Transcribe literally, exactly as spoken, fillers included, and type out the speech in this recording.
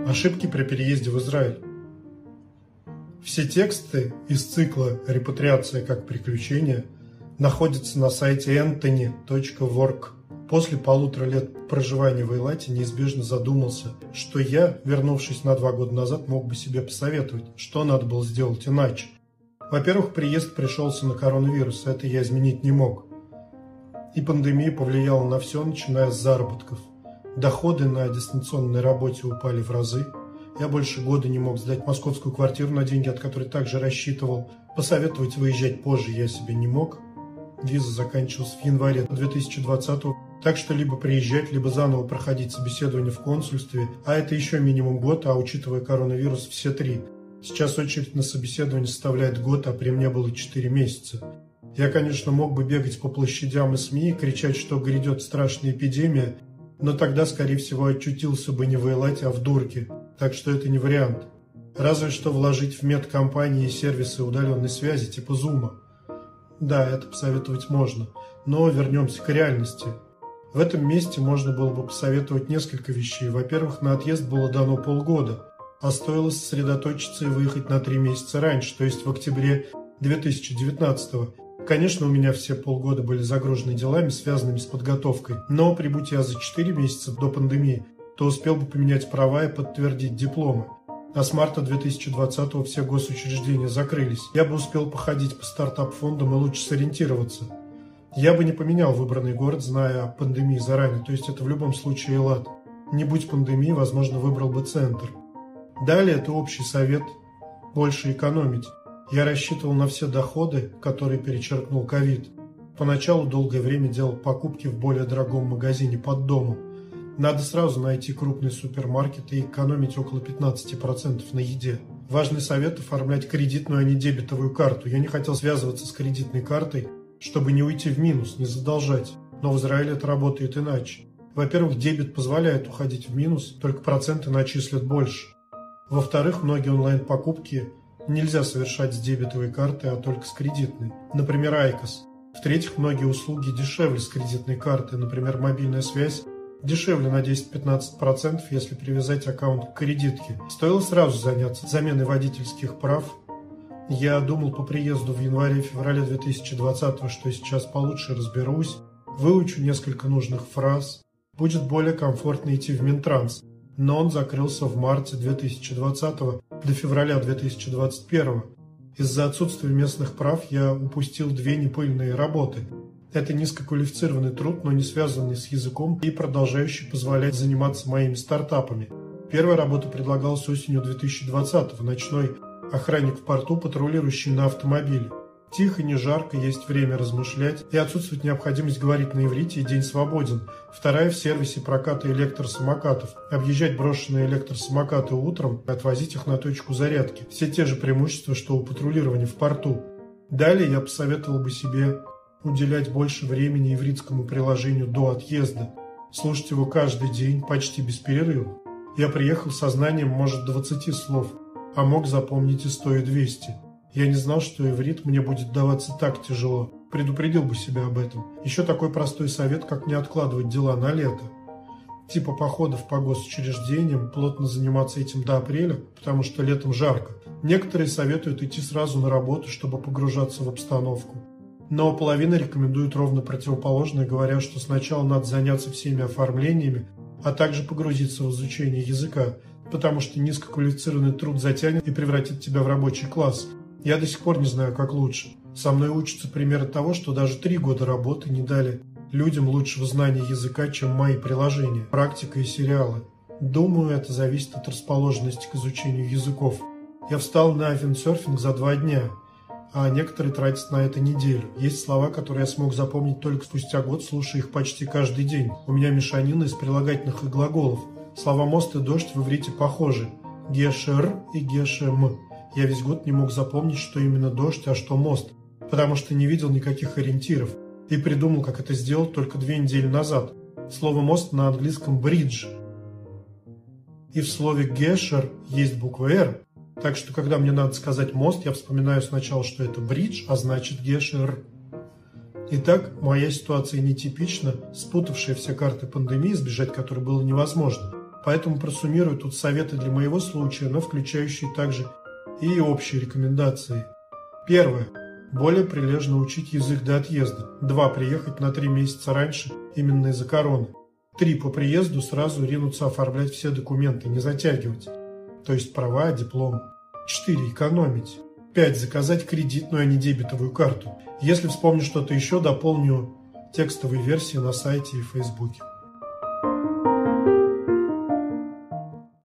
Ошибки при переезде в Израиль. Все тексты из цикла «Репатриация как приключение» находятся на сайте энтони точка ворк. После полутора лет проживания в Эйлате неизбежно задумался, что я, вернувшись на два года назад, мог бы себе посоветовать, что надо было сделать иначе. Во-первых, приезд пришелся на коронавирус, это я изменить не мог. И пандемия повлияла на все, начиная с заработков. Доходы на дистанционной работе упали в разы. Я больше года не мог сдать московскую квартиру на деньги, от которой также рассчитывал. Посоветовать выезжать позже я себе не мог. Виза заканчивалась в январе две тысячи двадцатого. Так что либо приезжать, либо заново проходить собеседование в консульстве. А это еще минимум год, а учитывая коронавирус, все три. Сейчас очередь на собеседование составляет год, а при мне было четыре месяца. Я, конечно, мог бы бегать по площадям и СМИ и кричать, что грядет страшная эпидемия, но тогда, скорее всего, очутился бы не в Эйлате, а в Дурке, так что это не вариант. Разве что вложить в медкомпании и сервисы удаленной связи типа Зума. Да, это посоветовать можно, но вернемся к реальности. В этом месте можно было бы посоветовать несколько вещей. Во-первых, на отъезд было дано полгода, а стоило сосредоточиться и выехать на три месяца раньше, то есть в октябре две тысячи девятнадцатого. Конечно, у меня все полгода были загружены делами, связанными с подготовкой, но прибудь я за четыре месяца до пандемии, то успел бы поменять права и подтвердить дипломы. А с марта две тысячи двадцатого все госучреждения закрылись. Я бы успел походить по стартап-фондам и лучше сориентироваться. Я бы не поменял выбранный город, зная о пандемии заранее, то есть это в любом случае Эйлат. Не будь пандемии, возможно, выбрал бы центр. Далее это общий совет – больше экономить. Я рассчитывал на все доходы, которые перечеркнул ковид. Поначалу долгое время делал покупки в более дорогом магазине под домом. Надо сразу найти крупный супермаркет и экономить около пятнадцати процентов на еде. Важный совет – оформлять кредитную, а не дебетовую карту. Я не хотел связываться с кредитной картой, чтобы не уйти в минус, не задолжать. Но в Израиле это работает иначе. Во-первых, дебет позволяет уходить в минус, только проценты начислят больше. Во-вторых, многие онлайн-покупки нельзя совершать с дебетовой карты, а только с кредитной. Например, Айкос. В-третьих, многие услуги дешевле с кредитной карты. Например, мобильная связь дешевле на десять-пятнадцать процентов, если привязать аккаунт к кредитке. Стоило сразу заняться заменой водительских прав. Я думал по приезду в январе-феврале две тысячи двадцатого, что сейчас получше разберусь, выучу несколько нужных фраз. Будет более комфортно идти в Минтранс. Но он закрылся в марте две тысячи двадцатого до февраля две тысячи двадцать первого. Из-за отсутствия местных прав я упустил две непыльные работы. Это низкоквалифицированный труд, но не связанный с языком и продолжающий позволять заниматься моими стартапами. Первая работа предлагалась осенью две тысячи двадцатого, ночной охранник в порту, патрулирующий на автомобиле. Тихо, не жарко, есть время размышлять, и отсутствует необходимость говорить на иврите, и день свободен. Вторая в сервисе проката электросамокатов. Объезжать брошенные электросамокаты утром и отвозить их на точку зарядки. Все те же преимущества, что у патрулирования в порту. Далее я посоветовал бы себе уделять больше времени ивритскому приложению до отъезда. Слушать его каждый день, почти без перерыва. Я приехал со знанием, может, двадцати слов, а мог запомнить и сто, и двести. Я не знал, что иврит мне будет даваться так тяжело. Предупредил бы себя об этом. Еще такой простой совет, как не откладывать дела на лето. Типа походов по госучреждениям, плотно заниматься этим до апреля, потому что летом жарко. Некоторые советуют идти сразу на работу, чтобы погружаться в обстановку. Но половина рекомендует ровно противоположное, говоря, что сначала надо заняться всеми оформлениями, а также погрузиться в изучение языка, потому что низкоквалифицированный труд затянет и превратит тебя в рабочий класс. Я до сих пор не знаю, как лучше. Со мной учатся примеры того, что даже три года работы не дали людям лучшего знания языка, чем мои приложения, практика и сериалы. Думаю, это зависит от расположенности к изучению языков. Я встал на виндсерфинг за два дня, а некоторые тратят на это неделю. Есть слова, которые я смог запомнить только спустя год, слушая их почти каждый день. У меня мешанина из прилагательных и глаголов. Слова «мост» и «дождь» в иврите похожи. Гешер и гешем. Я весь год не мог запомнить, что именно дождь, а что мост, потому что не видел никаких ориентиров и придумал, как это сделать только две недели назад. Слово «мост» на английском «бридж». И в слове «гешер» есть буква «р», так что, когда мне надо сказать «мост», я вспоминаю сначала, что это «бридж», а значит «гешер». Итак, моя ситуация нетипична, спутавшая все карты пандемии, избежать которой было невозможно. Поэтому просуммирую тут советы для моего случая, но включающие также и общие рекомендации. Первое. Более прилежно учить язык до отъезда. Два. Приехать на три месяца раньше именно из-за короны. Три. По приезду сразу ринуться оформлять все документы, не затягивать. То есть права, диплом. Четыре. Экономить. Пять. Заказать кредитную, а не дебетовую карту. Если вспомню что-то еще, дополню текстовые версии на сайте и в Фейсбуке.